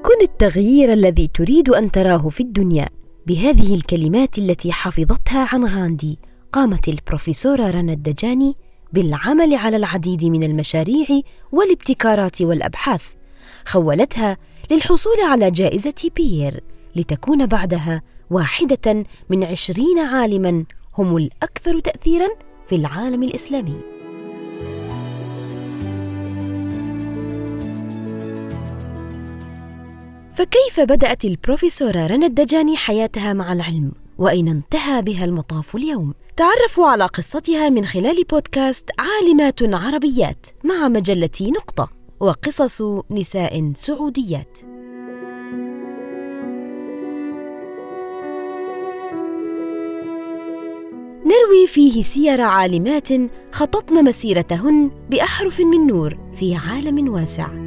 كن التغيير الذي تريد أن تراه في الدنيا. بهذه الكلمات التي حفظتها عن غاندي قامت البروفيسورة رنا الدجاني بالعمل على العديد من المشاريع والابتكارات والأبحاث، خولتها للحصول على جائزة بيير لتكون بعدها واحدة من 20 عالماً هم الأكثر تأثيراً في العالم الإسلامي. فكيف بدأت البروفيسورة رنا الدجاني حياتها مع العلم؟ وأين انتهى بها المطاف اليوم؟ تعرفوا على قصتها من خلال بودكاست عالمات عربيات مع مجلة نقطة وقصص نساء سعوديات. نروي فيه سير عالمات خططن مسيرتهن بأحرف من نور في عالم واسع.